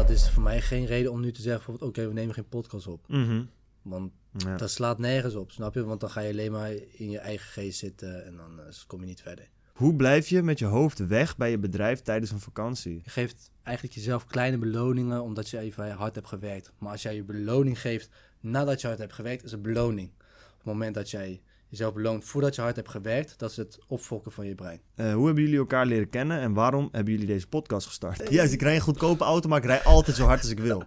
dat is voor mij geen reden om nu te zeggen bijvoorbeeld, oké, we nemen geen podcast op. Want dat slaat nergens op, snap je? Want dan ga je alleen maar in je eigen geest zitten en dan kom je niet verder. Hoe blijf je met je hoofd weg bij je bedrijf tijdens een vakantie? Je geeft eigenlijk jezelf kleine beloningen omdat je even hard hebt gewerkt. Maar als jij je beloning geeft nadat je hard hebt gewerkt, is het beloning. Op het moment dat jij jezelf beloont voordat je hard hebt gewerkt, dat is het opfokken van je brein. Hoe hebben jullie elkaar leren kennen en waarom hebben jullie deze podcast gestart? Juist, ik rij een goedkope auto, maar ik rij altijd zo hard als ik wil.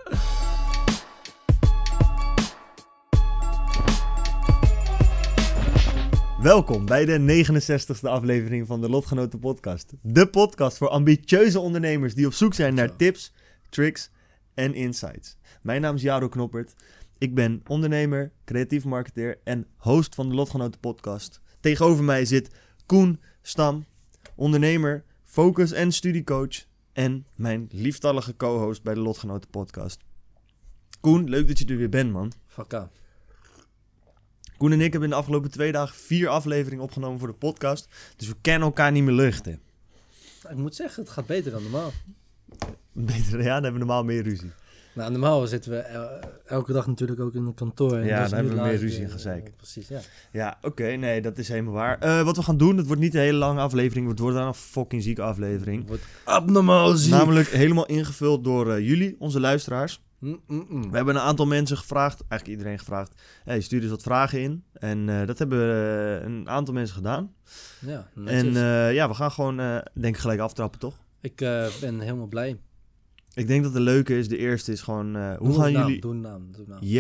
Welkom bij de 69e aflevering van de Lotgenoten podcast. De podcast voor ambitieuze ondernemers die op zoek zijn naar tips, tricks en insights. Mijn naam is Jaro Knoppert. Ik ben ondernemer, creatief marketeer en host van de Lotgenoten podcast. Tegenover mij zit Koen Stam, ondernemer, focus- en studiecoach en mijn lieftallige co-host bij de Lotgenoten podcast. Koen, leuk dat je er weer bent, man. Vakka. Koen en ik hebben in de afgelopen 2 dagen 4 afleveringen opgenomen voor de podcast. Dus we kennen elkaar niet meer luchten. Ik moet zeggen, het gaat beter dan normaal. Beter, ja, dan hebben we normaal meer ruzie. Nou, normaal zitten we elke dag natuurlijk ook in een kantoor. En Ja, dat dan is hebben we nu meer live ruzie en weer, gezeik. Precies, ja. Ja, oké, nee, dat is helemaal waar. Wat we gaan doen, het wordt niet een hele lange aflevering. Het wordt dan een fucking zieke aflevering. Het wordt abnormaal ziek. Namelijk helemaal ingevuld door jullie, onze luisteraars. We hebben een aantal mensen gevraagd, eigenlijk iedereen gevraagd. Hey, stuur eens wat vragen in. En dat hebben een aantal mensen gedaan. Ja, netjes. En we gaan gewoon, denk ik, gelijk aftrappen, toch? Ik ben helemaal blij. Ik denk dat de leuke is, de eerste is gewoon, hoe gaan jullie... Doe een naam.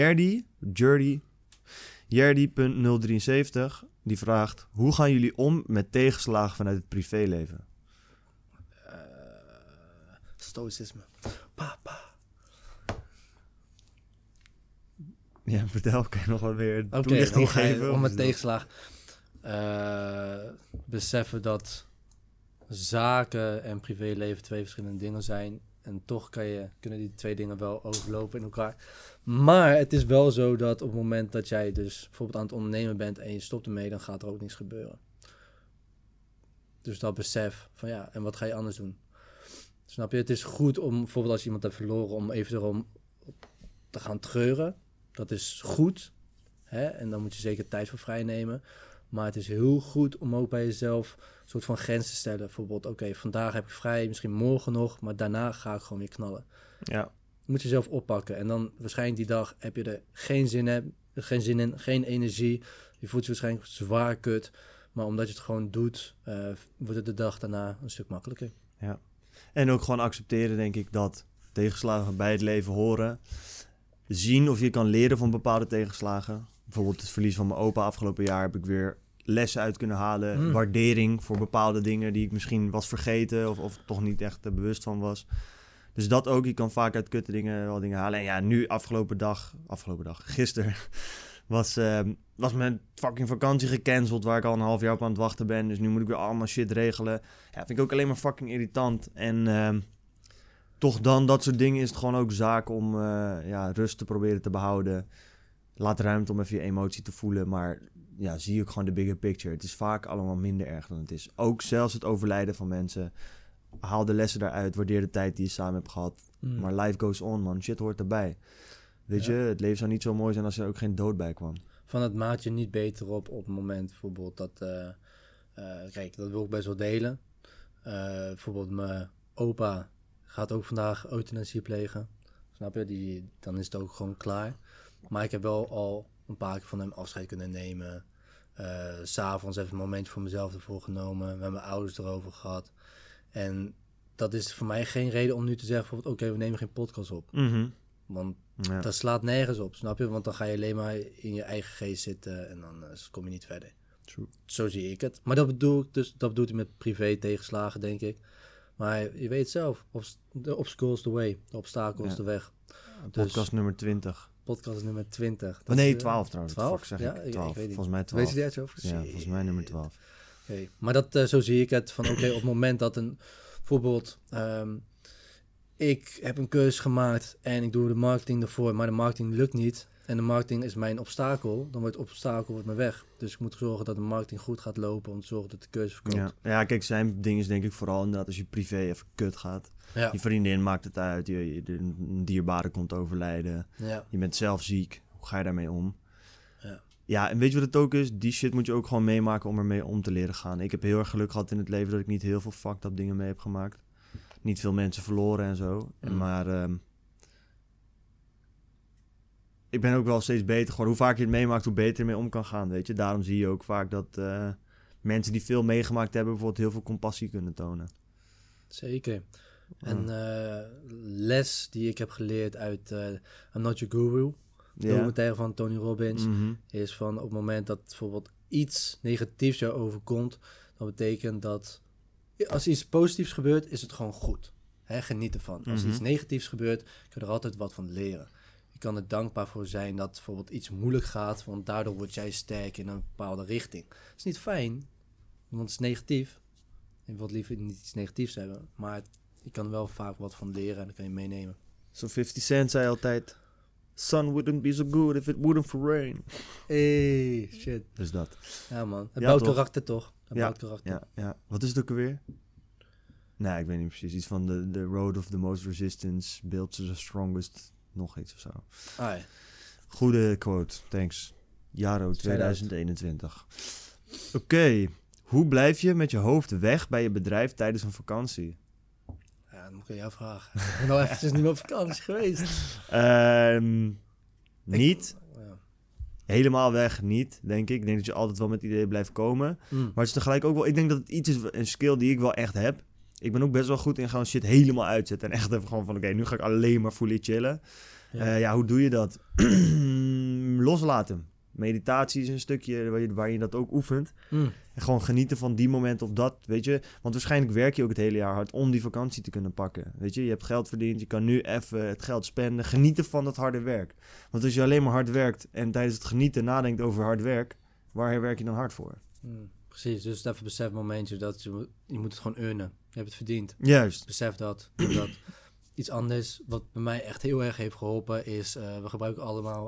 Jerdy.073, die vraagt, hoe gaan jullie om met tegenslagen vanuit het privéleven? Stoïcisme. Pa. Ja, vertel, kan je nog wel weer Oké, toelichting geven? om met tegenslag. Beseffen dat zaken en privéleven 2 verschillende dingen zijn. En toch kunnen die 2 dingen wel overlopen in elkaar. Maar het is wel zo dat op het moment dat jij dus bijvoorbeeld aan het ondernemen bent en je stopt ermee, dan gaat er ook niets gebeuren. Dus dat besef van ja, en wat ga je anders doen? Snap je? Het is goed om bijvoorbeeld als je iemand hebt verloren om eventueel te gaan treuren. Dat is goed. Hè? En dan moet je zeker tijd voor vrij nemen. Maar het is heel goed om ook bij jezelf een soort van grens te stellen. Bijvoorbeeld, oké, vandaag heb ik vrij, misschien morgen nog, maar daarna ga ik gewoon weer knallen. Ja. Je moet jezelf oppakken. En dan waarschijnlijk die dag heb je er geen zin in, geen energie. Je voelt je waarschijnlijk zwaar kut. Maar omdat je het gewoon doet, wordt het de dag daarna een stuk makkelijker. Ja. En ook gewoon accepteren, denk ik, dat tegenslagen bij het leven horen. Zien of je kan leren van bepaalde tegenslagen. Bijvoorbeeld het verlies van mijn opa afgelopen jaar heb ik weer lessen uit kunnen halen. Waardering voor bepaalde dingen die ik misschien was vergeten of toch niet echt bewust van was. Dus dat ook. Je kan vaak uit kutte dingen wel dingen halen. En ja, nu afgelopen dag, gisteren, was mijn fucking vakantie gecanceld waar ik al een half jaar op aan het wachten ben. Dus nu moet ik weer allemaal shit regelen. Ja, vind ik ook alleen maar fucking irritant. En toch dan, dat soort dingen is het gewoon ook zaak om rust te proberen te behouden. Laat ruimte om even je emotie te voelen, maar ja, zie ook gewoon de bigger picture. Het is vaak allemaal minder erg dan het is. Ook zelfs het overlijden van mensen. Haal de lessen daaruit, waardeer de tijd die je samen hebt gehad. Maar life goes on, man. Shit hoort erbij. Weet je, het leven zou niet zo mooi zijn als er ook geen dood bij kwam. Van het maakt je niet beter op het moment bijvoorbeeld dat... kijk, dat wil ik best wel delen. Bijvoorbeeld mijn opa gaat ook vandaag euthanasie plegen. Snap je? Dan is het ook gewoon klaar. Maar ik heb wel al een paar keer van hem afscheid kunnen nemen. 'S'avonds even een momentje voor mezelf ervoor genomen. Met mijn ouders erover gehad. En dat is voor mij geen reden om nu te zeggen bijvoorbeeld, oké, we nemen geen podcast op. Want dat slaat nergens op, snap je? Want dan ga je alleen maar in je eigen geest zitten en dan kom je niet verder. True. Zo zie ik het. Maar dat bedoelt hij met privé tegenslagen, denk ik. Maar je weet zelf, the obstacle is the way. De obstakel is de weg. Podcast nummer 20. Podcast nummer 20. Nee, 12 trouwens. 12? Fuck, zeg ja, ik 12. Ik weet niet. Volgens mij 12. Weet je die uit je hoofd? Ja, volgens mij nummer 12. Okay. Maar dat, zo zie ik het. Van oké, op het moment dat bijvoorbeeld... ik heb een keuze gemaakt en ik doe de marketing ervoor, maar de marketing lukt niet. en de marketing is mijn obstakel, dan wordt het obstakel mijn weg. Dus ik moet zorgen dat de marketing goed gaat lopen om te zorgen dat de keuze verkoopt. Ja, kijk, zijn ding is denk ik vooral inderdaad als je privé even kut gaat. Ja. Je vriendin maakt het uit, een dierbare komt overlijden. Ja. Je bent zelf ziek, hoe ga je daarmee om? Ja. Ja, en weet je wat het ook is? Die shit moet je ook gewoon meemaken om ermee om te leren gaan. Ik heb heel erg geluk gehad in het leven dat ik niet heel veel fucked up dingen mee heb gemaakt. Niet veel mensen verloren en zo. Maar ik ben ook wel steeds beter. Gewoon hoe vaker je het meemaakt, hoe beter je ermee om kan gaan, weet je. Daarom zie je ook vaak dat mensen die veel meegemaakt hebben bijvoorbeeld heel veel compassie kunnen tonen. Zeker. En les die ik heb geleerd uit I'm Not Your Guru, de documentaire van Tony Robbins, is van op het moment dat bijvoorbeeld iets negatiefs jou overkomt, dat betekent dat als iets positiefs gebeurt, is het gewoon goed. Geniet ervan. Als iets negatiefs gebeurt, kun je er altijd wat van leren. Je kan er dankbaar voor zijn dat bijvoorbeeld iets moeilijk gaat, want daardoor word jij sterk in een bepaalde richting. Het is niet fijn, want het is negatief. Je wilt liever niet iets negatiefs hebben, maar je kan er wel vaak wat van leren en dan kan je meenemen. Zo 50 Cent zei altijd, sun wouldn't be so good if it wouldn't for rain. Hey, shit. Dus dat. Ja man, het Ja, bouwt toch? karakter toch? Het bouwt karakter. Ja. Wat is het ook alweer? Nee, ik weet niet precies. Iets van the road of the most resistance builds the strongest. Nog iets of zo. Ah, ja. Goede quote, thanks. Jaro 2021. Oké. Hoe blijf je met je hoofd weg bij je bedrijf tijdens een vakantie? Ja, dan moet ik aan jou vragen. Ik ben al eventjes niet meer op vakantie geweest. Niet. Ja. Helemaal weg niet, denk ik. Ik denk dat je altijd wel met ideeën blijft komen. Maar het is tegelijk ook wel... Ik denk dat het iets is, een skill die ik wel echt heb. Ik ben ook best wel goed in gewoon shit helemaal uitzetten. En echt even gewoon van, oké, nu ga ik alleen maar fully chillen. Ja. Hoe doe je dat? Loslaten. Meditatie is een stukje waar je dat ook oefent. En gewoon genieten van die momenten of dat, weet je. Want waarschijnlijk werk je ook het hele jaar hard om die vakantie te kunnen pakken. Weet je hebt geld verdiend, je kan nu even het geld spenden. Genieten van dat harde werk. Want als je alleen maar hard werkt en tijdens het genieten nadenkt over hard werk, waar werk je dan hard voor? Precies, dus even besef momentje dat je moet het gewoon earnen. Je hebt het verdiend. Juist. Besef dat. Doe dat. Iets anders wat bij mij echt heel erg heeft geholpen is, we gebruiken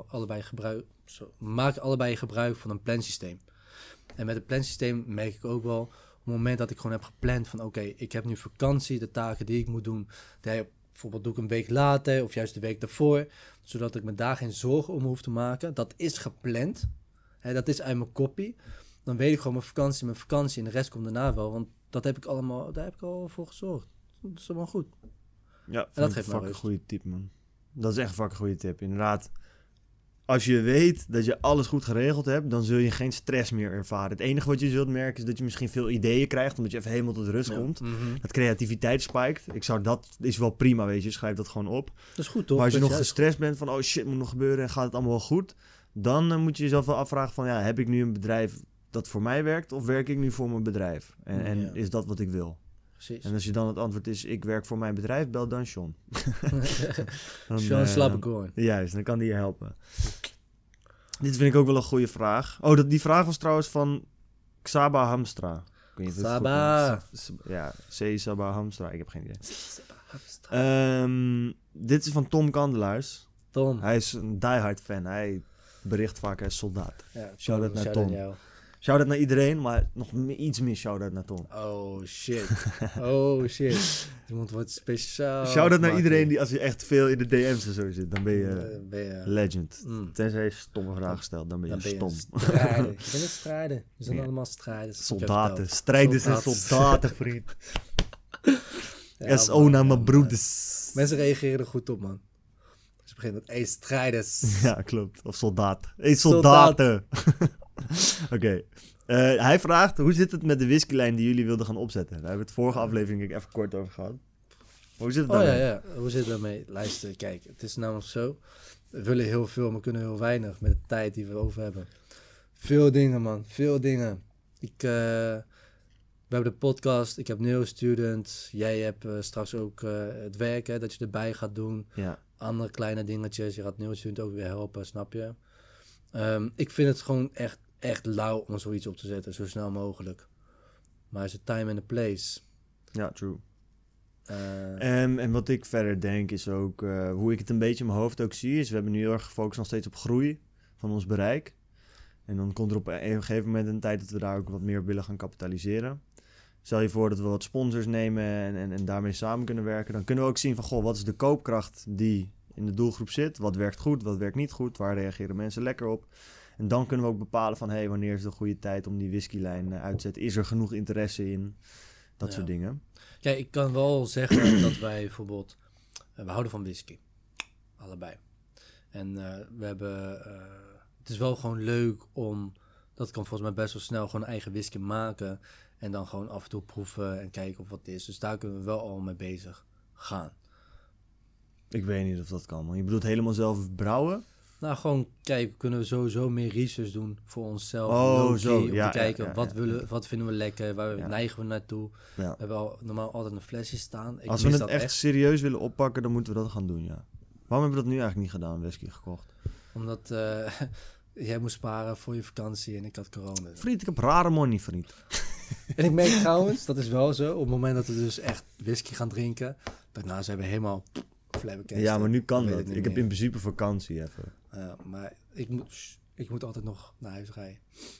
maken allebei gebruik van een plansysteem. En met het plansysteem merk ik ook wel, op het moment dat ik gewoon heb gepland van oké, ik heb nu vakantie, de taken die ik moet doen, bijvoorbeeld doe ik een week later of juist de week daarvoor, zodat ik me daar geen zorgen om hoef te maken. Dat is gepland. Dat is uit mijn koppie. Dan weet ik gewoon mijn vakantie en de rest komt daarna wel, want daar heb ik al voor gezorgd. Dat is allemaal goed. Ja, dat geeft me een goede tip, man. Dat is echt een fucking goede tip. Inderdaad, als je weet dat je alles goed geregeld hebt, dan zul je geen stress meer ervaren. Het enige wat je zult merken is dat je misschien veel ideeën krijgt, omdat je even helemaal tot rust komt. Dat creativiteit spijkt. Dat is wel prima, weet je. Schrijf dat gewoon op. Dat is goed, toch? Maar als je nog gestrest bent van, oh shit, moet nog gebeuren en gaat het allemaal wel goed, dan moet je jezelf wel afvragen van, heb ik nu een bedrijf dat voor mij werkt of werk ik nu voor mijn bedrijf? En is dat wat ik wil? Precies. En als je dan het antwoord is, ik werk voor mijn bedrijf, bel dan Sean. Sean Slappekoorn. Juist, dan kan die je helpen. Dit vind ik ook wel een goede vraag. Oh, die vraag was trouwens van Xaba Hamstra. Ik weet niet of het Saba. Ja, C. Saba Hamstra. Ik heb geen idee. Dit is van Tom Kandelaars. Tom. Hij is een diehard fan. Hij bericht vaak, hij is soldaat. Ja, shout-out naar Tom. Shout-out naar iedereen, maar nog iets meer shout-out naar Tom. Oh shit. Oh shit. Iemand wordt speciaal. Shout-out naar iedereen die, als je echt veel in de DM's en zo zit, dan ben je legend. Tenzij je stomme vragen stelt, dan ben je stom. Je bent een strijder. We zijn allemaal strijders. Soldaten. Strijders en soldaten, vriend. SO naar mijn broeders. Mensen reageren er goed op, man. Ze beginnen met, strijders. Ja, klopt. Of soldaat. Soldaten. Oké. Hij vraagt, hoe zit het met de whiskylijn die jullie wilden gaan opzetten? Daar hebben we het vorige aflevering even kort over gehad. Hoe zit het daarmee? Ja. Hoe zit het daarmee? Luister, kijk, het is namelijk zo. We willen heel veel, maar kunnen heel weinig met de tijd die we over hebben. Veel dingen, man. Veel dingen. We hebben de podcast, ik heb Neurostudent. Jij hebt straks ook het werk, hè, dat je erbij gaat doen. Ja. Andere kleine dingetjes. Je gaat Neurostudent ook weer helpen, snap je? Ik vind het gewoon echt lauw om zoiets op te zetten, zo snel mogelijk. Maar is het time and the place? Ja, true. En wat ik verder denk is ook, hoe ik het een beetje in mijn hoofd ook zie, is we hebben nu heel erg gefocust nog steeds op groei van ons bereik. En dan komt er op een gegeven moment een tijd dat we daar ook wat meer op willen gaan kapitaliseren. Stel je voor dat we wat sponsors nemen en daarmee samen kunnen werken. Dan kunnen we ook zien van, goh, wat is de koopkracht die in de doelgroep zit? Wat werkt goed, wat werkt niet goed? Waar reageren mensen lekker op? En dan kunnen we ook bepalen van, hey, wanneer is de goede tijd om die whiskylijn uit te zetten? Is er genoeg interesse in? Dat soort dingen. Ja, ik kan wel zeggen dat wij bijvoorbeeld... we houden van whisky. Allebei. En we hebben... het is wel gewoon leuk om... Dat kan volgens mij best wel snel gewoon eigen whisky maken. En dan gewoon af en toe proeven en kijken of wat het is. Dus daar kunnen we wel al mee bezig gaan. Ik weet niet of dat kan, man. Je bedoelt helemaal zelf brouwen? Nou, gewoon kijken, kunnen we sowieso meer research doen voor onszelf. Oh, zo. Om te kijken, Ja. wat vinden we lekker, waar neigen we naartoe. Ja. We hebben normaal altijd een flesje staan. Als we het echt serieus willen oppakken, dan moeten we dat gaan doen, ja. Waarom hebben we dat nu eigenlijk niet gedaan, whisky gekocht? Omdat jij moest sparen voor je vakantie en ik had corona. Vriend, ik heb rare money, vriend. En ik merk trouwens, dat is wel zo, op het moment dat we dus echt whisky gaan drinken, daarna zijn we helemaal flabbergasted. Ja, maar nu kan Ik dat. weet het Ik niet heb meer. in principe vakantie even. Ja, maar ik moet altijd nog naar huis rijden.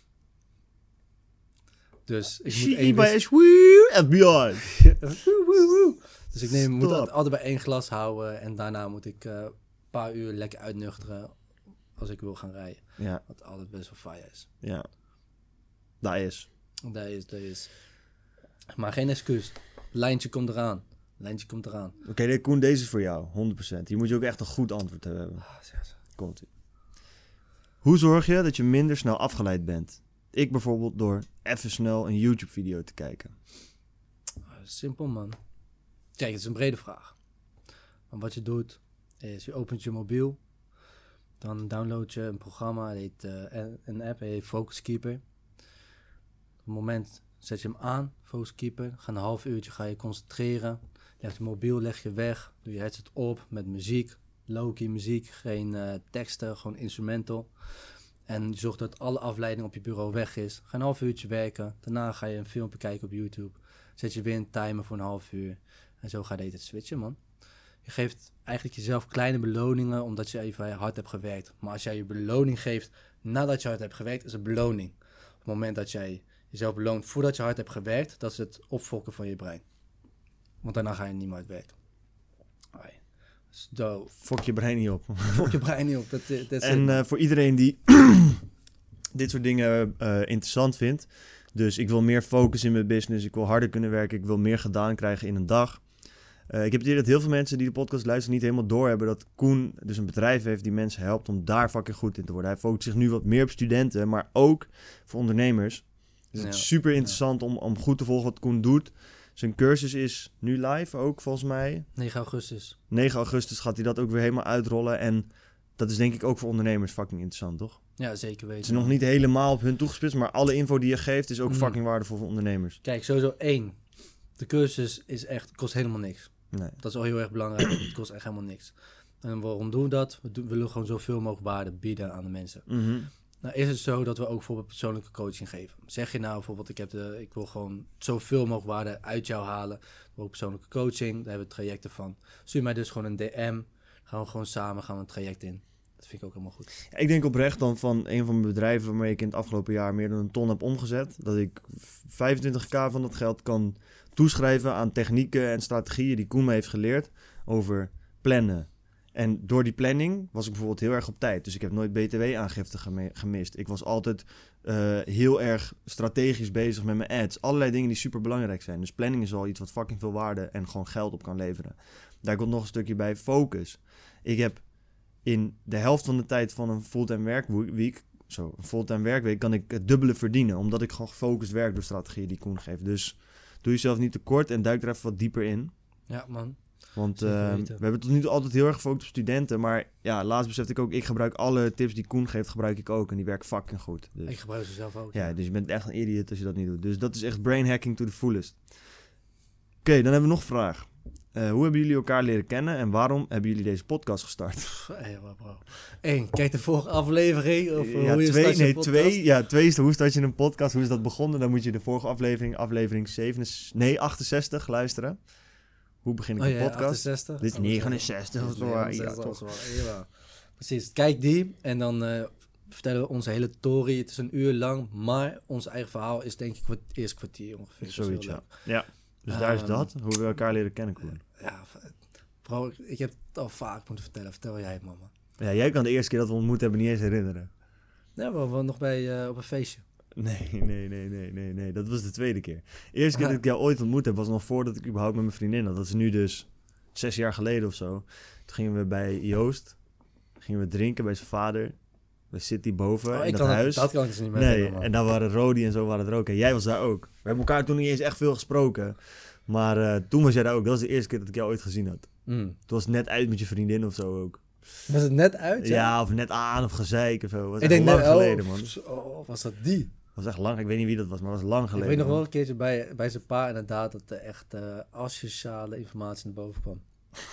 Dus ik moet één FBI. Dus ik moet altijd bij 1 glas houden en daarna moet ik een paar uur lekker uitnuchteren als ik wil gaan rijden. Ja, Wat altijd best wel fijn is. ja. Dat is. Dat is. Maar geen excuus. Lijntje komt eraan. Oké, Koen, deze is voor jou. 100%. Hier moet je ook echt een goed antwoord hebben. Komt-ie. Hoe zorg je dat je minder snel afgeleid bent? Ik bijvoorbeeld door even snel een YouTube-video te kijken. Simpel, man. Kijk, het is een brede vraag. Maar wat je doet, is je opent je mobiel. Dan download je een programma, het heet, een app, het heet Focus Keeper. Op het moment zet je hem aan, Focus Keeper. Ga een half uurtje, ga je concentreren. Leg je mobiel, leg je weg. Doe je headset op met muziek. Low-key muziek, geen teksten, gewoon instrumental. En je zorgt dat alle afleiding op je bureau weg is. Ga een half uurtje werken. Daarna ga je een filmpje kijken op YouTube. Zet je weer een timer voor een half uur. En zo ga je het switchen, man. Je geeft eigenlijk jezelf kleine beloningen omdat je even hard hebt gewerkt. Maar als jij je beloning geeft nadat je hard hebt gewerkt, is het beloning. Op het moment dat jij jezelf beloont voordat je hard hebt gewerkt, dat is het opfokken van je brein. Want daarna ga je niet meer hard werken. Fok je brein niet op. Fok je brein niet op. En voor iedereen die dit soort dingen interessant vindt. Dus ik wil meer focus in mijn business. Ik wil harder kunnen werken. Ik wil meer gedaan krijgen in een dag. Ik heb het idee dat heel veel mensen die de podcast luisteren niet helemaal doorhebben dat Koen dus een bedrijf heeft die mensen helpt om daar fucking goed in te worden. Hij focust zich nu wat meer op studenten, maar ook voor ondernemers. Dus het is super interessant om goed te volgen wat Koen doet. Zijn cursus is nu live ook, volgens mij. 9 augustus. 9 augustus gaat hij dat ook weer helemaal uitrollen. En dat is denk ik ook voor ondernemers fucking interessant, toch? Ja, zeker weten. Het is nog niet helemaal op hun toegespitst, maar alle info die je geeft is ook fucking waardevol voor ondernemers. Kijk, sowieso 1. De cursus kost helemaal niks. Nee. Dat is al heel erg belangrijk. Het kost echt helemaal niks. En waarom doen we dat? We willen gewoon zoveel mogelijk waarde bieden aan de mensen. Mm-hmm. Nou is het zo dat we ook bijvoorbeeld persoonlijke coaching geven. Zeg je nou bijvoorbeeld, ik wil gewoon zoveel mogelijk waarde uit jou halen. Ook persoonlijke coaching, daar hebben we trajecten van. Stuur mij dus gewoon een DM. Gaan we gewoon samen een traject in. Dat vind ik ook helemaal goed. Ja, ik denk oprecht dan van een van mijn bedrijven waarmee ik in het afgelopen jaar meer dan 1 ton heb omgezet. Dat ik 25k van dat geld kan toeschrijven aan technieken en strategieën die Koen me heeft geleerd over plannen. En door die planning was ik bijvoorbeeld heel erg op tijd. Dus ik heb nooit btw-aangifte gemist. Ik was altijd heel erg strategisch bezig met mijn ads. Allerlei dingen die super belangrijk zijn. Dus planning is al iets wat fucking veel waarde en gewoon geld op kan leveren. Daar komt nog een stukje bij focus. Ik heb in de helft van de tijd van een fulltime werkweek, een fulltime werkweek, kan ik het dubbele verdienen. Omdat ik gewoon gefocust werk door strategieën die Koen geeft. Dus doe jezelf niet tekort en duik er even wat dieper in. Ja, man. Want we hebben tot nu toe altijd heel erg gefocust op studenten. Maar ja, laatst besefte ik ook, ik gebruik alle tips die Koen geeft, gebruik ik ook. En die werken fucking goed. Dus, ik gebruik ze zelf ook. Ja, dus je bent echt een idiot als je dat niet doet. Dus dat is echt brain hacking to the fullest. Oké, dan hebben we nog een vraag. Hoe hebben jullie elkaar leren kennen en waarom hebben jullie deze podcast gestart? Bro. 1, kijk de vorige aflevering. Of ja, hoe je start je podcast. 2 is hoe start je een podcast, hoe is dat begonnen? Dan moet je de vorige aflevering 68 luisteren. Hoe begin ik een podcast? 68. Dit is 69 of zo. Ja, 69 toch. of zo. Ja. Precies, kijk die en dan vertellen we onze hele story. Het is 1 uur lang, maar ons eigen verhaal is denk ik het eerste kwartier ongeveer. Zoiets, Dat is ja. heel leuk. Ja, dus daar is dat. Hoe we elkaar leren kennen, Koen. Ja, bro, ik heb het al vaak moeten vertellen. Vertel jij het, mama. Ja, jij kan de eerste keer dat we ontmoet hebben niet eens herinneren. Ja, we waren nog bij op een feestje. Nee. Dat was de tweede keer. De eerste keer dat ik jou ooit ontmoet heb, was nog voordat ik überhaupt met mijn vriendin had. Dat is nu dus 6 jaar geleden of zo. Toen gingen we bij Joost. Gingen we drinken bij zijn vader. Bij City boven in dat huis. Dat kan ik dus niet meer Nee, herinneren, en daar waren Rodi en zo waren er ook. En jij was daar ook. We hebben elkaar toen niet eens echt veel gesproken. Maar toen was jij daar ook. Dat was de eerste keer dat ik jou ooit gezien had. Toen was het net uit met je vriendin of zo ook. Was het net uit? Ja, of net aan of gezeik of zo. Was ik echt denk lang geleden, man. Was dat die? Dat was echt lang. Ik weet niet wie dat was, maar dat was lang geleden. Ik weet nog man. wel een keertje bij zijn pa inderdaad dat er echt asociale informatie naar boven kwam.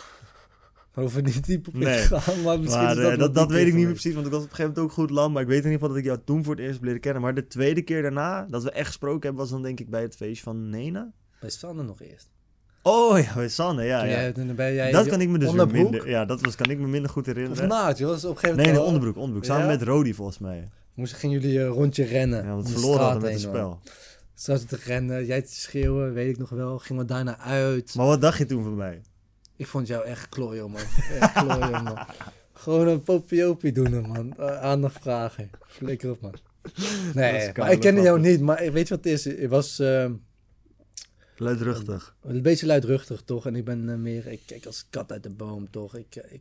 We hoeven niet diep op in te gaan, maar misschien Maar, is dat dat weet ik niet meer precies, want ik was op een gegeven moment ook goed lam. Maar ik weet in ieder geval dat ik jou toen voor het eerst heb leren kennen. Maar de tweede keer daarna, dat we echt gesproken hebben, was dan denk ik bij het feestje van Nena. Bij Sanne nog eerst. Oh ja, bij Sanne, ja. Toen ben jij Dat kan ik me dus weer onderbroek? minder... Ja, kan ik me minder goed Of herinneren. naad, joh. Was op een gegeven moment Nee, wel- onderbroek. Samen Ja? met Rodi volgens mij. Gingen jullie een rondje rennen. Ja, want om we de verloren straat hadden met het heen, man. spel. Zaten te rennen, jij te schreeuwen, weet ik nog wel. Gingen we daarna uit. Maar wat dacht je toen van mij? Ik vond jou echt klojo, man. Echt klojo, man. Gewoon een popiopie doen, man. Aandacht vragen. Flikker op, man. Nee, maar ik kende jou niet. Maar weet je wat het is? Ik was Luidruchtig. een beetje luidruchtig, toch? En ik ben meer... Ik kijk als kat uit de boom, toch? Ik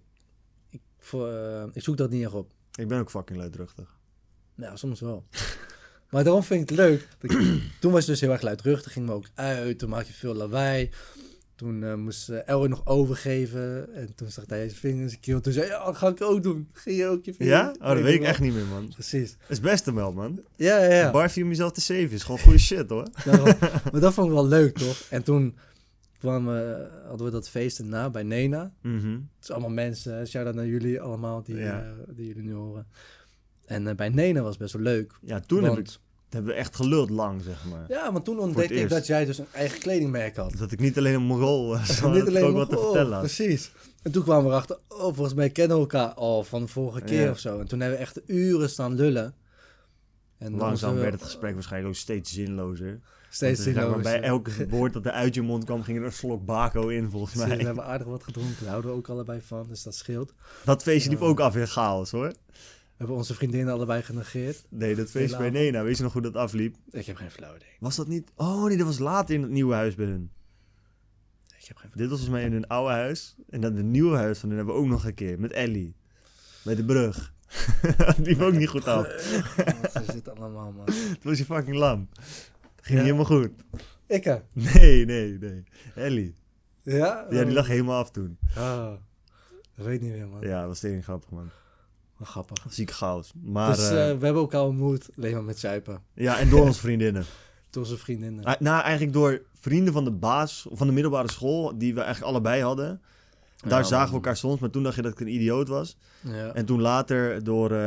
zoek dat niet echt op. Ik ben ook fucking luidruchtig. Nou, soms wel. Maar daarom vind ik het leuk. Toen was het dus heel erg luidruchtig. Gingen we ook uit. Toen maakte je veel lawaai. Toen moest Elwin nog overgeven. En toen zag hij zijn vingers in zijn keel. Toen zei hij, ja, dat ga ik ook doen. Ging je ook je vingers? Ja? Oh, dat weet ik echt niet meer, man. Precies. Het is best wel, man. Ja. Barfie om jezelf te saven is gewoon goede shit, hoor. Daarom. Maar dat vond ik wel leuk, toch? En toen hadden we dat feest erna bij Nena. Mhm. Het is allemaal mensen. Shout-out naar jullie allemaal die jullie nu horen. En bij Nena was het best wel leuk. Ja, toen hebben we echt geluld lang, zeg maar. Ja, maar toen ontdekte ik eerst. dat jij dus een eigen kledingmerk had. Dat ik niet alleen een Mongool was, maar Niet dat ik alleen ook wat te vertellen had. Precies. En toen kwamen we erachter, volgens mij kennen we elkaar al van de vorige keer of zo. En toen hebben we echt uren staan lullen. En Langzaam werd het gesprek waarschijnlijk ook steeds zinlozer. Steeds zinlozer. Maar bij elk woord dat er uit je mond kwam, ging er een slok bako in, volgens mij. We hebben aardig wat gedronken, daar houden we ook allebei van, dus dat scheelt. Dat feestje liep ook af in chaos, hoor. We hebben onze vriendinnen allebei genegeerd. Nee, dat feestje bij Nena, weet je nog hoe dat afliep? Ik heb geen flauw idee. Was dat niet? Oh nee, dat was later in het nieuwe huis bij hun. Ik heb geen Dit was volgens mij in hun oude huis. En dan het nieuwe huis van hun hebben we ook nog een keer. Met Ellie. Bij de brug. Dat liep ook niet goed af. Wat is dit allemaal, man? Het was je fucking lam. Het ging helemaal goed. Ik hè? Nee. Ellie. Ja? Ja, die lag helemaal af toen. Oh, dat weet ik niet meer, man. Ja, dat was tegen grappig, man. Wat grappig. Ziek chaos. Maar, Dus we hebben elkaar ontmoet, alleen maar met zuipen. ja, en door onze vriendinnen. Door onze vriendinnen. Nou, eigenlijk door vrienden van de baas, van de middelbare school, die we eigenlijk allebei hadden. Daar zagen we elkaar soms, maar toen dacht je dat ik een idioot was. Ja. En toen later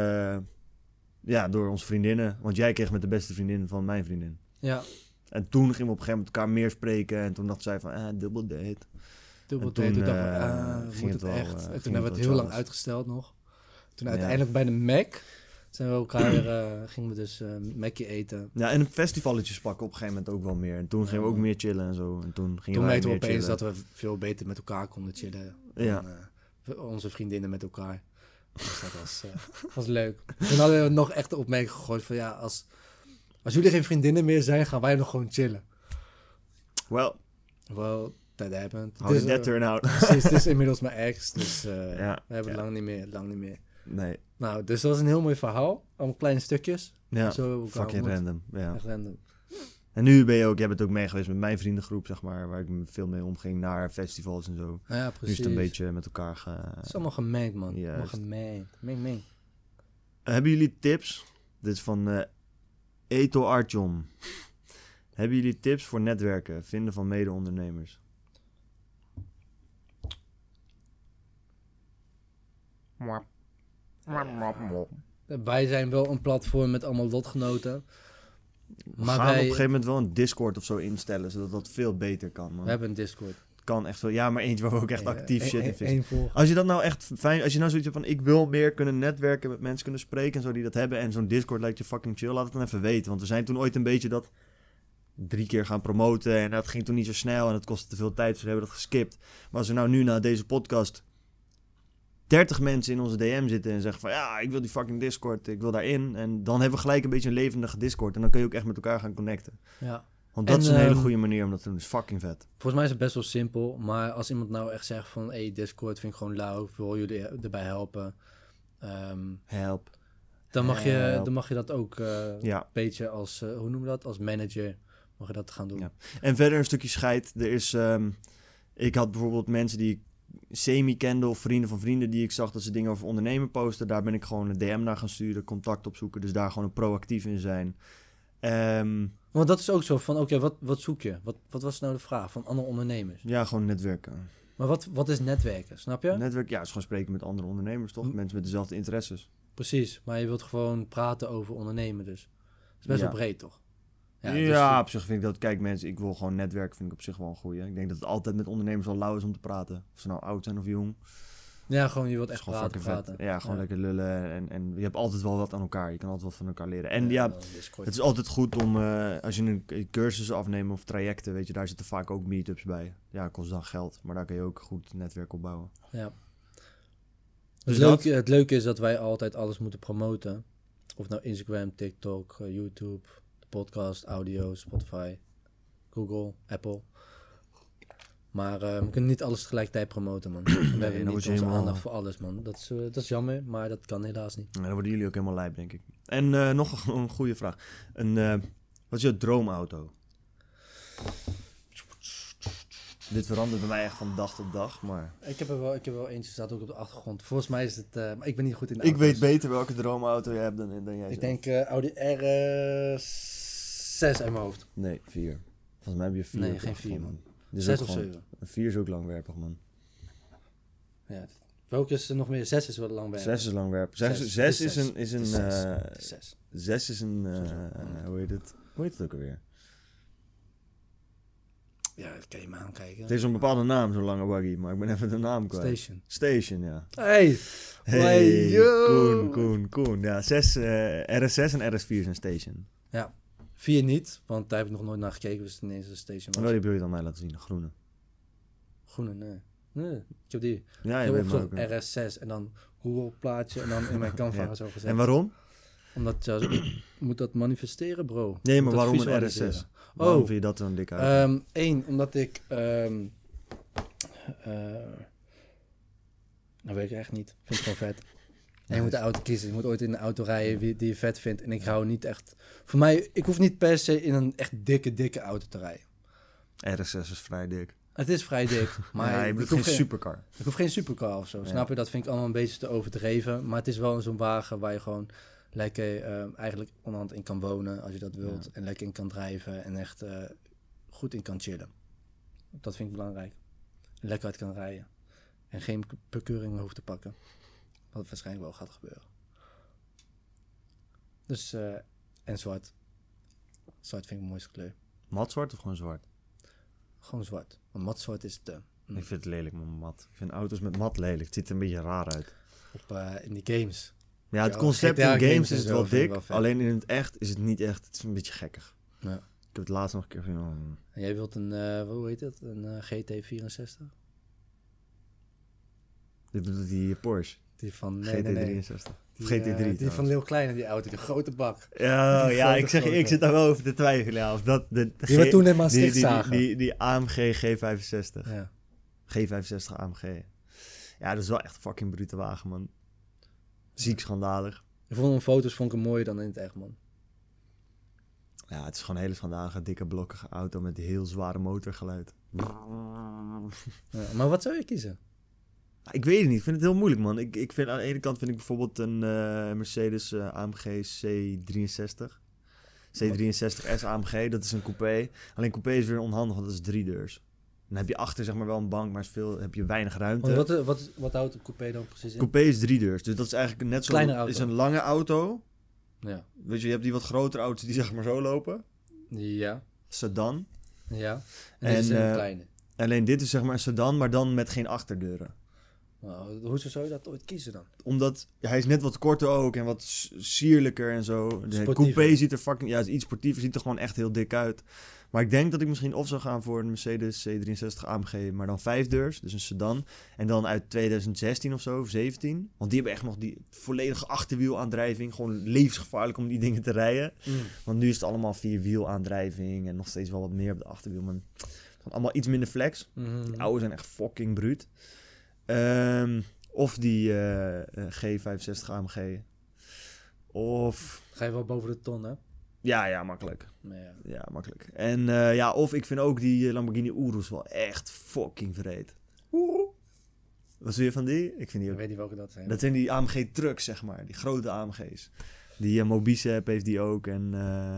door onze vriendinnen. Want jij kreeg met de beste vriendin van mijn vriendin. Ja. En toen gingen we op een gegeven moment elkaar meer spreken. En toen dacht zij van, dubbel date. Dubbel toen, date. Toen dachten we, ging moet het het wel, echt. ging En toen het hebben we wel het heel lang Charles. uitgesteld nog. Toen uiteindelijk bij de Mac zijn we elkaar, gingen we dus Mackie eten. Ja, en festivalletjes pakken op een gegeven moment ook wel meer. En toen gingen we ook meer chillen en zo. En toen gingen wij merkten we meer opeens chillen. dat we veel beter met elkaar konden chillen. Ja. Dan, onze vriendinnen met elkaar. Dus dat was leuk. Toen hadden we nog echt de opmerking gegooid van ja, als jullie geen vriendinnen meer zijn, gaan wij nog gewoon chillen. Well, that happened. how did that turn out? Precies, het is inmiddels mijn ex, dus we hebben ja. lang niet meer. Nee. Nou, dus dat was een heel mooi verhaal. Allemaal kleine stukjes. Ja, Zo hebben we elkaar fucking ontmoet. random. Ja. Echt random. En nu jij bent ook mee geweest met mijn vriendengroep, zeg maar. Waar ik veel mee omging naar festivals en zo. Ja, Nu precies. is het een beetje met elkaar Het is allemaal gemengd, man. Juist. Allemaal gemengd. Meng. Hebben jullie tips? Dit is van Eto Artjon. Hebben jullie tips voor netwerken, vinden van mede-ondernemers? Wij zijn wel een platform met allemaal lotgenoten. Maar gaan we op een gegeven moment wel een Discord of zo instellen, zodat dat veel beter kan, man. We hebben een Discord. kan echt veel. Ja, maar eentje waar we ook echt actief shit in vinden. Eén volg. Als je dat nou echt fijn... Als je nou zoiets hebt van... Ik wil meer kunnen netwerken, met mensen kunnen spreken en zo die dat hebben. En zo'n Discord lijkt je fucking chill. Laat het dan even weten. Want we zijn toen ooit een beetje dat 3 keer gaan promoten. En dat ging toen niet zo snel. En dat kostte te veel tijd. Dus we hebben dat geskipt. Maar als er nou nu na deze podcast 30 mensen in onze DM zitten en zeggen van... Ja, ik wil die fucking Discord. Ik wil daarin. En dan hebben we gelijk een beetje een levendige Discord. En dan kun je ook echt met elkaar gaan connecten. Ja. Want dat En, is een hele goede manier om dat te doen. Dat is fucking vet. Volgens mij is het best wel simpel. Maar als iemand nou echt zegt van... Hey, Discord vind ik gewoon lauw. Ik wil jullie erbij helpen. Help. Dan mag je dat ook Ja. een beetje als... hoe noemen we dat? Als manager mag je dat gaan doen. Ja. En verder een stukje scheid. Er is... ik had bijvoorbeeld mensen die ik semi kende of vrienden van vrienden die ik zag dat ze dingen over ondernemen posten. Daar ben ik gewoon een DM naar gaan sturen, contact opzoeken. Dus daar gewoon proactief in zijn. Want dat is ook zo van... Oké, wat zoek je? Wat was nou de vraag van andere ondernemers? Ja, gewoon netwerken. Maar wat is netwerken? Snap je? Netwerk, ja, is gewoon spreken met andere ondernemers, toch? Mensen met dezelfde interesses. Precies. Maar je wilt gewoon praten over ondernemen dus. Dat is best wel breed, toch? Ja, dus- op zich vind ik dat... Kijk mensen, ik wil gewoon netwerken, vind ik op zich wel een goeie. Ik denk dat het altijd met ondernemers wel lauw is om te praten. Of ze nou oud zijn of jong. Ja, gewoon je wilt Het echt is gewoon praten. fucking vet. Ja, gewoon lekker lullen. En je hebt altijd wel wat aan elkaar. Je kan altijd wat van elkaar leren. En Discord. het is altijd goed om... als je een cursus afneemt of trajecten, weet je, daar zitten vaak ook meetups bij. Ja, kost dan geld. Maar daar kun je ook goed netwerk opbouwen. Ja. Dus Het leuke is dat wij altijd alles moeten promoten. Of nou Instagram, TikTok, YouTube, de podcast, audio, Spotify, Google, Apple. Maar we kunnen niet alles tegelijkertijd promoten, man. We hebben dan niet word je onze helemaal- aandacht voor alles, man. Dat is jammer, maar dat kan helaas niet. En dan worden jullie ook helemaal lijp, denk ik. En nog een goede vraag. Wat is jouw droomauto? Dit verandert bij mij echt van dag tot dag, maar... Ik heb er wel eentje, staat ook op de achtergrond. Volgens mij is het... maar ik ben niet goed in de Ik auto's. weet beter welke droomauto je hebt dan jij zelf. Ik denk Audi R6 uit mijn hoofd. Nee, 4. Volgens mij heb je 4. Nee, geen 4, man. Dit is 6 ook of gewoon- 7. Een 4 is ook langwerpig, man. Ja. Welke is er nog meer? 6 is wel lang werk. 6 is langwerpig. Zes. 6 is Het een... is 6. 6 is een... Sowieso. hoe heet het? Hoe heet het ook alweer? Ja, dat kan je me aankijken. Het heeft zo'n bepaalde naam, zo'n lange waggy, maar ik ben even de naam kwijt. Station. Station, ja. Hey! Hey, yo! Koen. Ja, 6, RS6 en RS4 zijn Station. Ja. 4 niet, want daar heb ik nog nooit naar gekeken. Dus het ineens een Station En was. welke wil je dan mij laten zien? De groene. Groene, nee. Nee, ik heb die. Ja, Ik je heb weet me ook. opgezocht RS6 en dan Google plaatje en dan in mijn Canva Ja. zo gezet. En waarom? Omdat je moet dat manifesteren, bro. Nee, maar Moet dat waarom een visualiseren. RS6? Waarom Oh. vind je dat zo'n dik auto? Eén, omdat ik... dat weet ik echt niet. Vind ik gewoon vet. En je moet de auto kiezen. Je moet ooit in een auto rijden die je vet vindt. En ik hou niet echt... Voor mij, ik hoef niet per se in een echt dikke auto te rijden. RS6 is vrij dik. Het is vrij dik, maar ja, je ik, bedoelt hoef geen supercar. ik hoef geen supercar of zo. Ja. Snap je? Dat vind ik allemaal een beetje te overdreven. Maar het is wel zo'n wagen waar je gewoon lekker eigenlijk onderhand in kan wonen als je dat wilt. Ja. En lekker in kan drijven en echt goed in kan chillen. Dat vind ik belangrijk. En lekker uit kan rijden. En geen bekeuringen hoeft te pakken. Wat waarschijnlijk wel gaat gebeuren. Dus, en zwart. Zwart vind ik de mooiste kleur. Matzwart of gewoon zwart? Gewoon zwart. Want matzwart is het Ik vind het lelijk met mat. Ik vind auto's met mat lelijk. Het ziet er een beetje raar uit. in die games. Ja, het Ja, concept GTA in games games en is zo wel vind ik dik. wel vet. Alleen in het echt is het niet echt. Het is een beetje gekkig. Ja. Ik heb het laatst nog een keer gezien. En jij wilt hoe heet het? Een GT64? Dit bedoelt die Porsche. Die van... GT63. Die, Of GT3. die van Leeuw Kleine, die auto, die grote bak. Ja, Die ja, grote, ik zeg je, ik grote. zit daar wel over te twijfelen. Ja, of dat Die we toen in Maastricht zagen. Die AMG G65. Ja. G65 AMG. Ja, dat is wel echt een fucking brute wagen, man. Ziek schandalig. Ik vond hem foto's vond ik hem mooier dan in het echt, man. Ja, het is gewoon een hele schandalige, dikke, blokkige auto met heel zware motorgeluid. Ja, maar wat zou je kiezen? Ik weet het niet, ik vind het heel moeilijk, man. Ik vind, aan de ene kant vind ik bijvoorbeeld een Mercedes AMG C63. C63S AMG, dat is een coupé. Alleen coupé is weer onhandig, want dat is 3 deurs. Dan heb je achter zeg maar wel een bank, maar heb je weinig ruimte. Want wat houdt een coupé dan precies in? Coupé is 3 deurs, dus dat is eigenlijk net zo. Kleine auto. Is een lange auto. Ja. Weet je hebt die wat grotere auto's die zeg maar zo lopen. Ja. Sedan. Ja. En En, dit is een kleine. Alleen dit is zeg maar een sedan, maar dan met geen achterdeuren. Nou, hoe zou je dat ooit kiezen dan? Omdat hij is net wat korter ook en wat sierlijker en zo. De Sportiever. coupé ziet er fucking... Ja, het is iets sportiever. Ziet er gewoon echt heel dik uit. Maar ik denk dat ik misschien of zou gaan voor een Mercedes C63 AMG, maar dan 5 deurs. Dus een sedan. En dan uit 2016 of zo, of 17. Want die hebben echt nog die volledige achterwielaandrijving. Gewoon levensgevaarlijk om die dingen te rijden. Want nu is het allemaal 4wielaandrijving en nog steeds wel wat meer op de achterwiel. Maar het gaat allemaal iets minder flex. Die oude zijn echt fucking bruut. Of die G65 AMG. Of... Ga je wel boven de ton, hè? Ja, makkelijk. Nee, ja. Ja, makkelijk. En of ik vind ook die Lamborghini Urus wel echt fucking vreed. Wat zie je van die? Ik vind die Ik ook... weet niet welke dat zijn. Dat zijn die AMG trucks, zeg maar. Die grote AMG's. Die Mobicep heeft die ook. En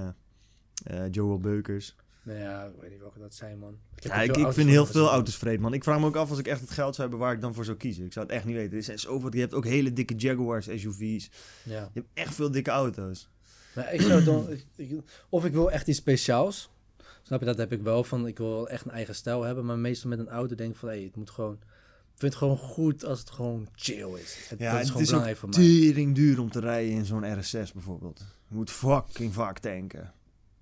Joel Beukers. Nee, ja, ik weet niet welke dat zijn, man. Ik vind heel veel auto's vreed, man. Ik vraag me ook af als ik echt het geld zou hebben waar ik dan voor zou kiezen. Ik zou het echt niet weten. Er zijn zoveel... Je hebt ook hele dikke Jaguars, SUV's. Ja. Je hebt echt veel dikke auto's. Maar ik zou dan... Of ik wil echt iets speciaals. Snap je, dat heb ik wel van... Ik wil echt een eigen stijl hebben. Maar meestal met een auto denk ik van... het moet gewoon... Ik vind het gewoon goed als het gewoon chill is. Dat is gewoon belangrijk voor mij. Het is ook tering duur om te rijden in zo'n RS6 bijvoorbeeld. Je moet fucking vaak tanken.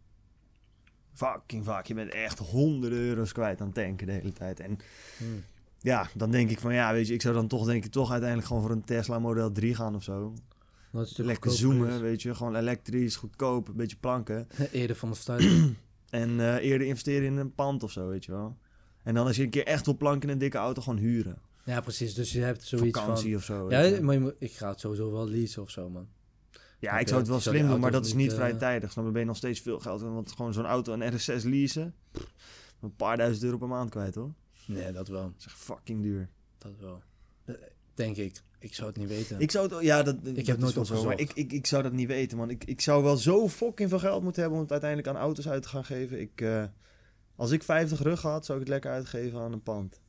Fucking vaak. Je bent echt honderden euro's kwijt aan tanken de hele tijd. En ja, dan denk ik van weet je, ik zou dan toch uiteindelijk gewoon voor een Tesla Model 3 gaan of zo. Lekker zoomen, weet je. Gewoon elektrisch, goedkoop, een beetje planken. Eerder van de start. En eerder investeren in een pand of zo, weet je wel. En dan als je een keer echt wil planken in een dikke auto, gewoon huren. Ja, precies. Dus je hebt zoiets vakantie van... of zo. Ja, maar ik ga het sowieso wel leasen of zo, man. Ja, ik zou het wel slim doen, maar dat is niet vrij tijdig. Dan ben je nog steeds veel geld. Want gewoon zo'n auto, een RS6 leasen, een paar duizend euro per maand kwijt, hoor. Nee, dat wel. Dat is echt fucking duur. Dat wel. Denk ik. Ik zou het niet weten. Ik zou het... Ik heb nooit opgezocht. Maar ik zou dat niet weten, man. Ik zou wel zo fucking veel geld moeten hebben om het uiteindelijk aan auto's uit te gaan geven. Als ik 50 rug had, zou ik het lekker uitgeven aan een pand.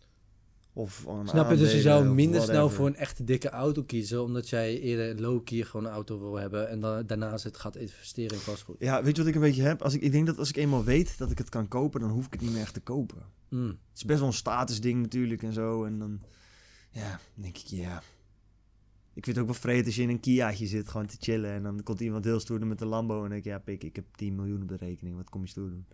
Of aan Snap je? Dus je zou minder whatever. snel voor een echte dikke auto kiezen, omdat jij eerder een low-key gewoon een auto wil hebben en dan daarnaast het gaat investeren in vastgoed. Ja, weet je wat ik een beetje heb? Ik denk dat als ik eenmaal weet dat ik het kan kopen, dan hoef ik het niet meer echt te kopen. Het is best wel een statusding natuurlijk en zo. En dan, denk ik, Ik vind het ook wel vreed als je in een Kiaatje zit, gewoon te chillen. En dan komt iemand heel stoer doen met een Lambo en denk ik, pik, ik heb 10 miljoen op de rekening. Wat kom je stoer doen?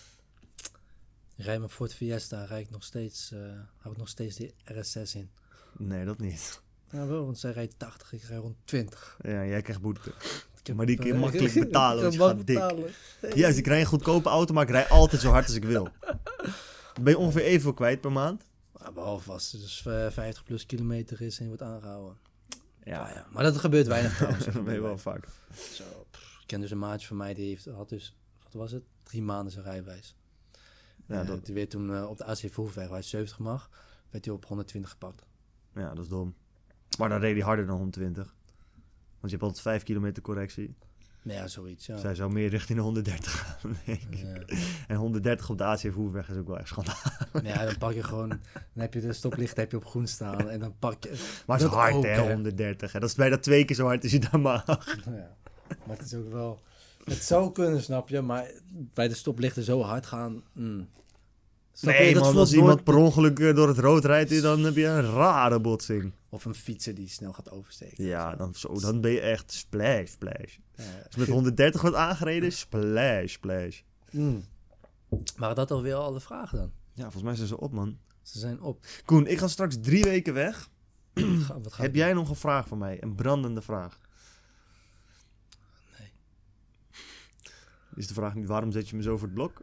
Rij mijn Ford Fiesta, hou ik nog steeds die RS6 in. Nee, dat niet. Ja, wel, want zij rijdt 80, ik rij rond 20. Ja, jij krijgt boete. Maar die kun je makkelijk betalen, want je gaat dik. Hey. Juist, ik rij een goedkope auto, maar ik rij altijd zo hard als ik wil. Dan ben je ongeveer evenveel kwijt per maand. Behalve als het dus 50 plus kilometer is en je wordt aangehouden. Ja. Maar dat gebeurt weinig trouwens. Dat ben je wel vaak. Zo, ik ken dus een maatje van mij, die had dus, wat was het? 3 maanden zijn rijbewijs. Ja, die werd toen op de AC Verhoefweg, waar hij 70 mag, werd hij op 120 gepakt. Ja, dat is dom. Maar dan reed hij harder dan 120. Want je hebt altijd 5 kilometer correctie. Ja, zoiets, ja. Zij zou meer richting de 130 gaan, denk ik. Ja. En 130 op de AC Verhoefweg is ook wel echt schandalig. Ja, dan pak je gewoon... Dan heb je de stoplicht op groen staan en dan pak je... Maar het is hard, hè, 130. Hè? Dat is bijna 2 keer zo hard als je dat mag. Ja, maar het is ook wel... Het zou kunnen, snap je? Maar bij de stoplichten zo hard gaan... Nee, man, als iemand per ongeluk door het rood rijdt, dan heb je een rare botsing. Of een fietser die snel gaat oversteken. Ja, dan ben je echt splash. Als met 130 wordt aangereden, splash. Maar dat alweer alle vragen dan? Ja, volgens mij zijn ze op, man. Ze zijn op. Koen, ik ga straks 3 weken weg. Heb jij nog een vraag voor mij? Een brandende vraag? Nee. Is de vraag niet, waarom zet je me zo voor het blok?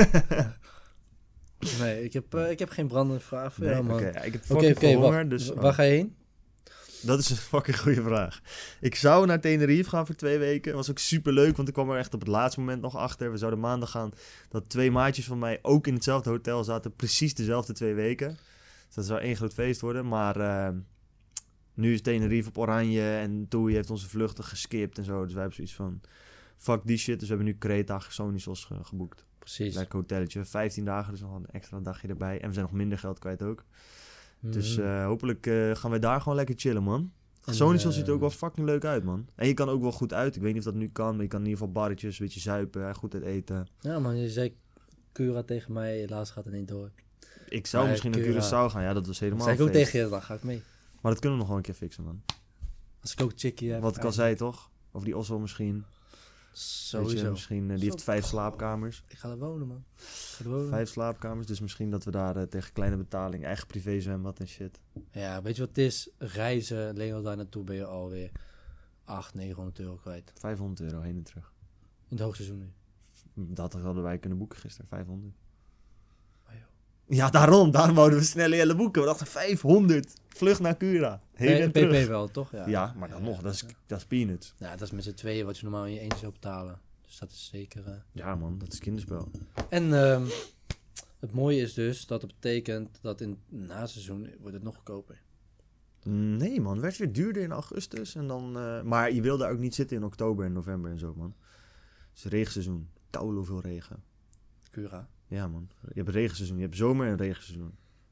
Nee, ik heb geen brandende vraag voor jou, man. Ik heb fucking veel honger, dus... Waar ga je heen? Dat is een fucking goede vraag. Ik zou naar Tenerife gaan voor 2 weken. Dat was ook super leuk, want ik kwam er echt op het laatste moment nog achter. We zouden maandag gaan dat 2 maatjes van mij ook in hetzelfde hotel zaten. Precies dezelfde 2 weken. Dus dat zou 1 groot feest worden. Maar nu is Tenerife op oranje en TUI heeft onze vluchten geskipt en zo. Dus wij hebben zoiets van, fuck die shit. Dus we hebben nu Creta, Xonisos geboekt. Precies. Lekker hotelletje. 15 dagen, dus nog een extra dagje erbij. En we zijn nog minder geld kwijt ook. Dus hopelijk gaan we daar gewoon lekker chillen, man. Xonisos ziet er ook wel fucking leuk uit, man. En je kan ook wel goed uit. Ik weet niet of dat nu kan, maar je kan in ieder geval barretjes, een beetje zuipen, goed uit eten. Ja, man, je zei Cura tegen mij, helaas gaat het niet door. Ik zou Maar misschien naar Curaçao gaan. Ja, dat was helemaal Zeg ik ook feest. tegen je, dan ga ik mee. Maar dat kunnen we nog wel een keer fixen, man. Als ik ook chickie heb. Wat ik al zei, toch? Of die Oslo misschien. Weet Sowieso. je, misschien, die heeft 5 slaapkamers. Ik ga er wonen, man. Ik ga er wonen. 5 slaapkamers, dus misschien dat we daar tegen kleine betaling, eigen privé zwembad en shit. Ja, weet je wat het is? Reizen, alleen al daar naartoe ben je alweer 800-900 euro kwijt. €500 heen en terug. In het hoogseizoen nu. Dat hadden wij kunnen boeken gisteren, 500. Oh, joh. Ja, daarom wouden we snel Jelle boeken. We dachten 500, vlucht naar Cura. Heen en PP terug. wel, toch? Ja, maar dan nog, dat is peanuts. Ja, dat is met z'n tweeën wat je normaal in je eentje zou betalen. Dus dat is zeker... Ja man, dat is kinderspel. En het mooie is dus dat het betekent dat in het naseizoen wordt het nog goedkoper. Nee man, het werd weer duurder in augustus. En dan, maar je wil daar ook niet zitten in oktober en november en zo man. Het is regenseizoen, koude veel regen. Cura. Ja man, je hebt regenseizoen, je hebt zomer en regenseizoen.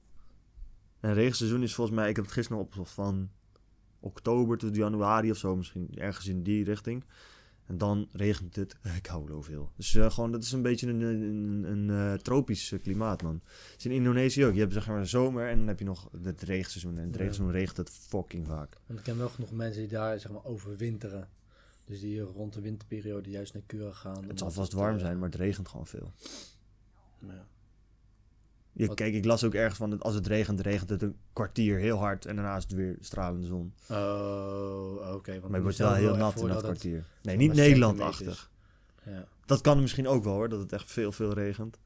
En regenseizoen is volgens mij, ik heb het gisteren nog opgezocht, van oktober tot januari of zo misschien. Ergens in die richting. En dan regent het koude veel. Dus gewoon, dat is een beetje een tropisch klimaat man. Het is in Indonesië ook. Je hebt zeg maar zomer en dan heb je nog het regenseizoen. En het regenseizoen regent het fucking vaak. Want ik ken wel genoeg mensen die daar zeg maar overwinteren. Dus die rond de winterperiode juist naar Cura gaan. Het zal vast warm zijn, maar het regent gewoon veel. Ja. Ja, kijk, ik las ook ergens van, als het regent het een kwartier heel hard. En daarna is het weer stralende zon. Oh, oké. Want Maar je wordt stel wel heel echt nat voor in dat het- kwartier. Nee, maar niet Nederlandachtig. Ja. Dat kan misschien ook wel hoor, dat het echt veel regent.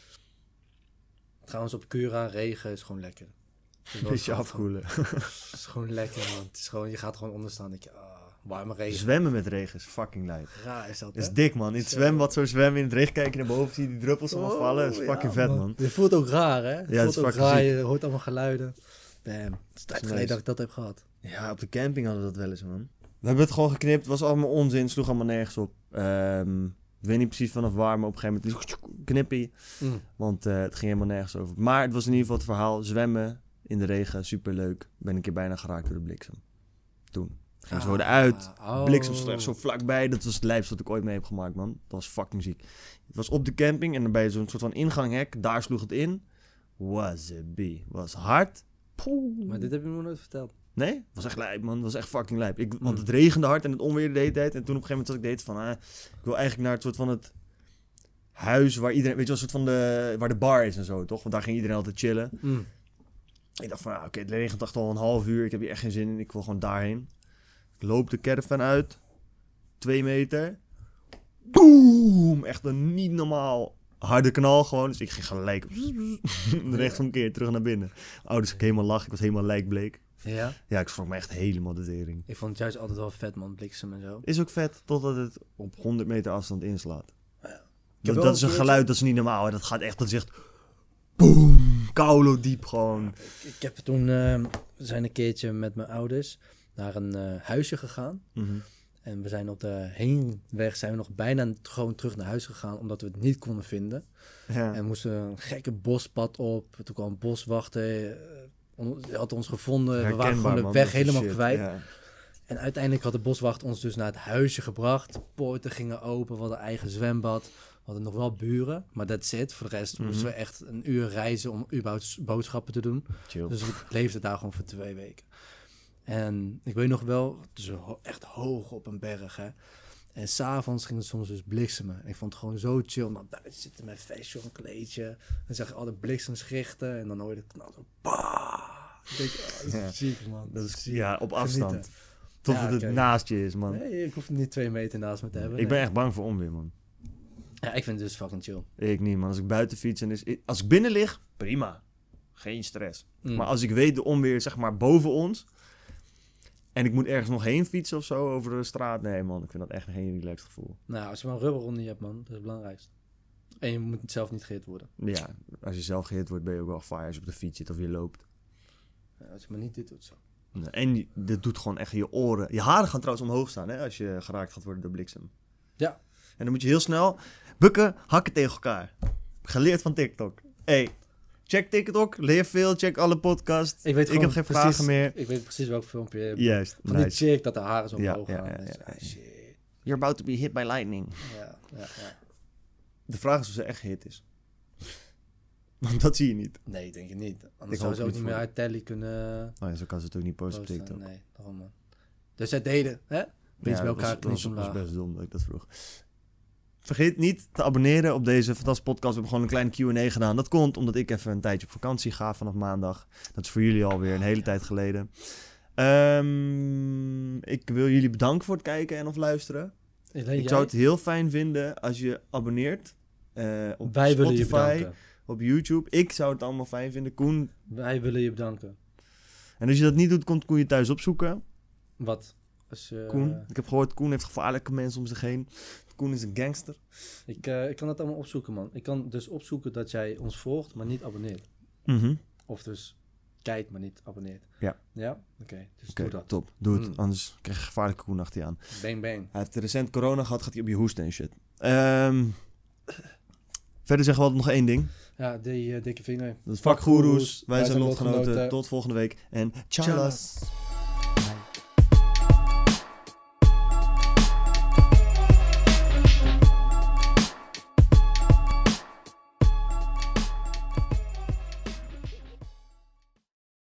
Trouwens, op Cura, regen is gewoon lekker. Het is Een wel beetje gaaf, afkoelen. man. Het is gewoon lekker, man. Het is gewoon, je gaat gewoon onderstaan. Dat je, warme regen. Zwemmen met regen is fucking lijp. Raar is dat, Dat hè? is dik man. In het Zo. zwembad zo zwemmen, in het recht kijken naar boven, zie je die druppels allemaal vallen. Dat is fucking vet man. Je voelt ook raar, hè? Je Ja, het voelt is ook fucking raar. ziek. Je hoort allemaal geluiden. Bam. Het is tijd nice. geleden dat ik dat heb gehad. Ja, op de camping hadden we dat wel eens man. We hebben het gewoon geknipt, het was allemaal onzin, sloeg allemaal nergens op. Ik weet niet precies vanaf waar, maar op een gegeven moment knippie. Want het ging helemaal nergens over. Maar het was in ieder geval het verhaal. Zwemmen in de regen, superleuk. Ben een keer bijna geraakt door de bliksem. Toen. Ging zo eruit. Bliksem stond echt zo vlakbij. Dat was het lijpste wat ik ooit mee heb gemaakt, man. Dat was fucking ziek. Het was op de camping en dan bij zo'n soort van inganghek. Daar sloeg het in. Was a bee. Was hard. Poeh. Maar dit heb je me nooit verteld. Nee? Het was echt lijp, man. Het was echt fucking lijp. Want het regende hard en het onweerde de hele tijd. En toen op een gegeven moment zat ik deed van... ik wil eigenlijk naar het soort van het huis waar iedereen... Weet je wel, een soort van waar de bar is en zo, toch? Want daar ging iedereen altijd chillen. Ik dacht van, oké, het regent echt al een half uur. Ik heb hier echt geen zin in. Ik wil gewoon daarheen. Ik loop de caravan uit. 2 meter. Boom! Echt een niet normaal harde knal gewoon. Dus ik ging gelijk rechtsomkeer terug naar binnen. Ouders, ik helemaal lachen. Ik was helemaal lijkbleek. Ja? Ja, ik schrok me echt helemaal de tering. Ik vond het juist altijd wel vet, man. Bliksem en zo. Is ook vet, totdat het op 100 meter afstand inslaat. Ja. Dat is een geluid, dat is niet normaal. Hè. Dat gaat echt, dat zegt... Boom! Koulo diep gewoon. Ik heb toen... we zijn een keertje met mijn ouders naar een huisje gegaan. En we zijn op de heenweg zijn we nog bijna gewoon terug naar huis gegaan, omdat we het niet konden vinden. Ja. En we moesten een gekke bospad op. Toen kwam een boswachter. Had ons gevonden. We waren gewoon de weg helemaal kwijt. Ja. En uiteindelijk had de boswachter ons dus naar het huisje gebracht. De poorten gingen open. We hadden eigen zwembad. We hadden nog wel buren. Maar that's it. Voor de rest moesten we echt een uur reizen om überhaupt boodschappen te doen. Chill. Dus we leefden daar gewoon voor 2 weken. En ik weet nog wel, dus echt hoog op een berg, hè. En s'avonds ging het soms dus bliksemen. En ik vond het gewoon zo chill. Om dan buiten zitten met fashion kleedje. Dan zag je al de bliksemschichten. En dan hoorde het knal zo. Bah! Ik denk, dat is ziek, man. Dat is, ja, op afstand. Genieten. Totdat het kijk. naast je is, man. Nee, ik hoef niet 2 meter naast me te hebben. Ik ben echt bang voor onweer, man. Ja, ik vind het dus fucking chill. Ik niet, man. Als ik buiten fiets en als ik binnen lig, prima. Geen stress. Maar als ik weet de onweer, zeg maar, boven ons... en ik moet ergens nog heen fietsen of zo over de straat... Nee, man. Ik vind dat echt geen relaxed gevoel. Nou, als je maar een rubberronde hebt, man. Dat is het belangrijkste. En je moet zelf niet gehit worden. Ja, als je zelf gehit wordt, ben je ook wel fire als je op de fiets zit of je loopt. Ja, als je maar niet dit doet, zo. Nee, en dit doet gewoon echt je oren... Je haren gaan trouwens omhoog staan, hè, als je geraakt gaat worden door bliksem. Ja. En dan moet je heel snel bukken, hakken tegen elkaar. Geleerd van TikTok. Hey, check TikTok, leer veel, check alle podcasts. Ik heb geen vragen meer. Ik weet precies welk filmpje je hebt. Juist, Van die chick dat de haren zo omhoog gaan. ja. Shit. You're about to be hit by lightning. Ja. De vraag is of ze echt gehit is. Want dat zie je niet. Nee, denk ik niet. Ik Anders zou hoop ze ook niet niet meer voor- uit Telly kunnen Oh ja, zo kan ze het ook niet posten op posten. TikTok. Nee, daarom man. Dus zij deden, hè? Wees bij elkaar, dat knies was omlaag. best dom dat ik dat vroeg. Vergeet niet te abonneren op deze fantastische podcast. We hebben gewoon een kleine Q&A gedaan. Dat komt omdat ik even een tijdje op vakantie ga vanaf maandag. Dat is voor jullie alweer een hele tijd geleden. Ik wil jullie bedanken voor het kijken en of luisteren. Ik zou het heel fijn vinden als je abonneert op Wij willen je Spotify, bedanken. op YouTube. Ik zou het allemaal fijn vinden. Koen. Wij willen je bedanken. En als je dat niet doet, komt Koen je thuis opzoeken. Wat? Als, Koen. Ik heb gehoord, Koen heeft gevaarlijke mensen om zich heen. Koen is een gangster. Ik kan dat allemaal opzoeken, man. Ik kan dus opzoeken dat jij ons volgt, maar niet abonneert. Mhm. Of dus kijkt, maar niet abonneert. Ja. Ja? Oké, dus Oké, doe dat. top. Doe het. Mm. Anders krijg je gevaarlijke Koen achter je aan. Bang, bang. Hij heeft recent corona gehad, gaat hij op je hoesten en shit. Verder zeggen we altijd nog één ding. Ja, die dikke vinger. Dat is vakgoeroes. Wij Wij zijn zijn lotgenoten. lotgenoten. Tot volgende week. En tjallas.